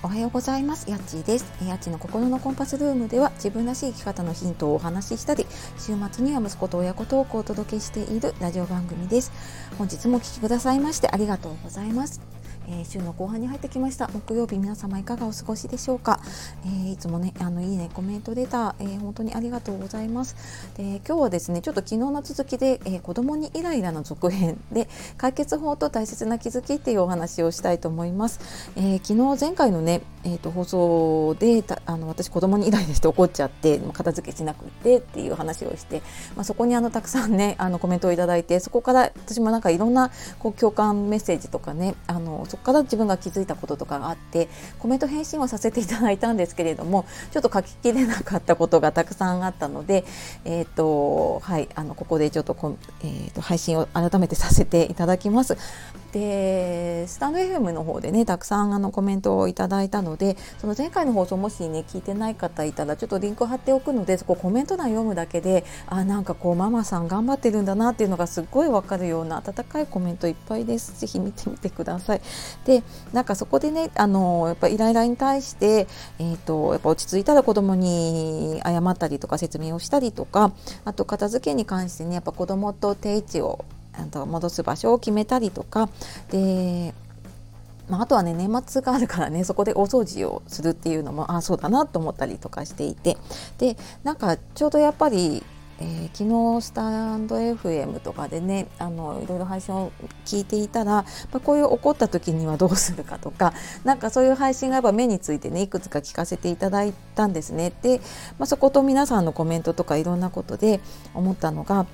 おはようございます。やっちーです。やっちの心のコンパスルームでは自分らしい生き方のヒントをお話ししたり、週末には息子と親子トークをお届けしているラジオ番組です。本日もお聞きくださいましてありがとうございます。週の後半に入ってきました。木曜日、皆様いかがお過ごしでしょうか。いつもねいいねコメントレター、本当にありがとうございます。で、今日はですねちょっと昨日の続きで、子供にイライラの続編で解決法と大切な気づきっていうお話をしたいと思います。昨日前回のね、放送で私子供にイライラして怒っちゃって片付けしなくてっていう話をして、そこにたくさんねコメントをいただいて、そこから私もいろんな共感メッセージとかねそこから自分が気づいたこととかがあってコメント返信をさせていただいたんですけれども、ちょっと書ききれなかったことがたくさんあったので、ここでちょっと配信を改めてさせていただきます。で、スタンド FM の方でねたくさんコメントをいただいたので、その前回の放送もしね聞いてない方いたらちょっとリンク貼っておくので、そこコメント欄読むだけでママさん頑張ってるんだなっていうのがすっごいわかるような温かいコメントいっぱいです。ぜひ見てみてください。で、そこでねやっぱイライラに対して、やっぱ落ち着いたら子供に謝ったりとか説明をしたりとか、あと片付けに関してねやっぱ子供と定位置を戻す場所を決めたりとかで、あとはね年末があるからねそこで大掃除をするっていうのもそうだなと思ったりとかしていて、でちょうどやっぱり昨日スタンド FM とかでねいろいろ配信を聞いていたら、こういう怒った時にはどうするかとかそういう配信がやっぱ目についてねいくつか聞かせていただいたんですね。で、そこと皆さんのコメントとかいろんなことで思ったのが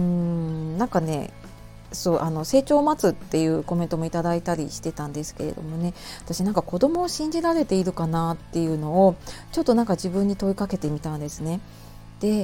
成長を待つっていうコメントもいただいたりしてたんですけれどもね、私子供を信じられているかなっていうのをちょっと自分に問いかけてみたんですね。で、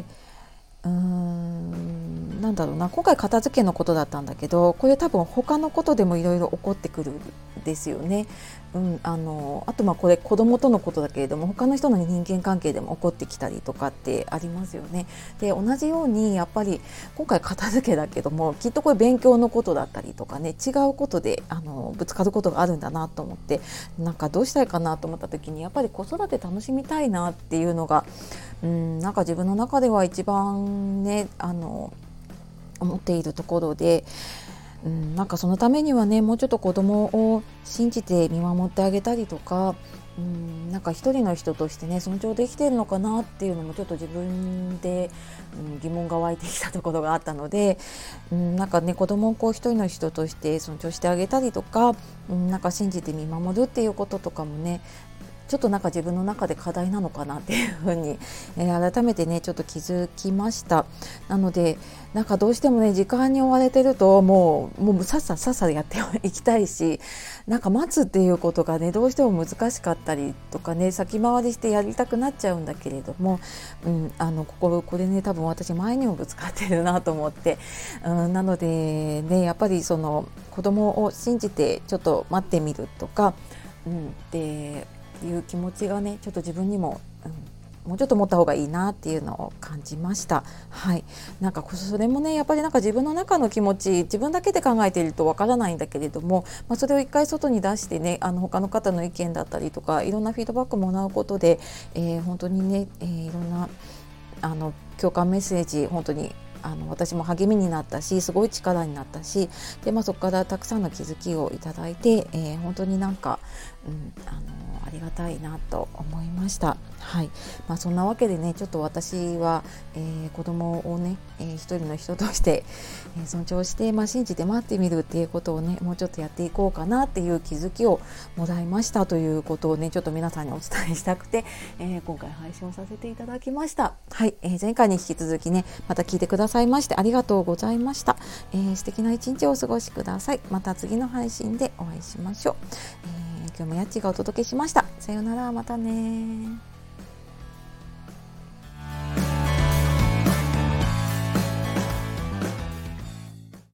今回片付けのことだったんだけど、これ多分他のことでもいろいろ起こってくるんですよね。あとこれ子供とのことだけれども他の人の人間関係でも起こってきたりとかってありますよね。で、同じようにやっぱり今回片付けだけどもきっとこれ勉強のことだったりとかね違うことでぶつかることがあるんだなと思って、どうしたいかなと思った時にやっぱり子育て楽しみたいなっていうのが自分の中では一番ね思っているところで、そのためにはねもうちょっと子供を信じて見守ってあげたりとか、一人の人としてね尊重できているのかなっていうのもちょっと自分で、疑問が湧いてきたところがあったので、子供を一人の人として尊重してあげたりとか、信じて見守るっていうこととかもねちょっと自分の中で課題なのかなっていうふうに、改めてねちょっと気づきました。なのでどうしてもね時間に追われてるともうさっさやっていきたいし、待つっていうことがねどうしても難しかったりとかね先回りしてやりたくなっちゃうんだけれども、これね多分私前にもぶつかってるなと思って、なのでねやっぱりその子供を信じてちょっと待ってみるとか、でいう気持ちがねちょっと自分にも、もうちょっと持った方がいいなっていうのを感じました。はい、それもねやっぱり自分の中の気持ち自分だけで考えているとわからないんだけれども、それを一回外に出してね他の方の意見だったりとかいろんなフィードバックもらうことで、本当にね、いろんな共感メッセージ本当に私も励みになったしすごい力になったし、で、そこからたくさんの気づきをいただいて、本当にありがたいなと思いました。はい、そんなわけでねちょっと私は、子供をね、一人の人として、尊重して、信じて待ってみるっていうことをねもうちょっとやっていこうかなっていう気づきをもらいましたということをねちょっと皆さんにお伝えしたくて、今回配信をさせていただきました。はい、前回に引き続きねまた聞いてくださいましてありがとうございました。素敵な一日をお過ごしください。また次の配信でお会いしましょう。今日もやっちがお届けしました。さようなら、またね。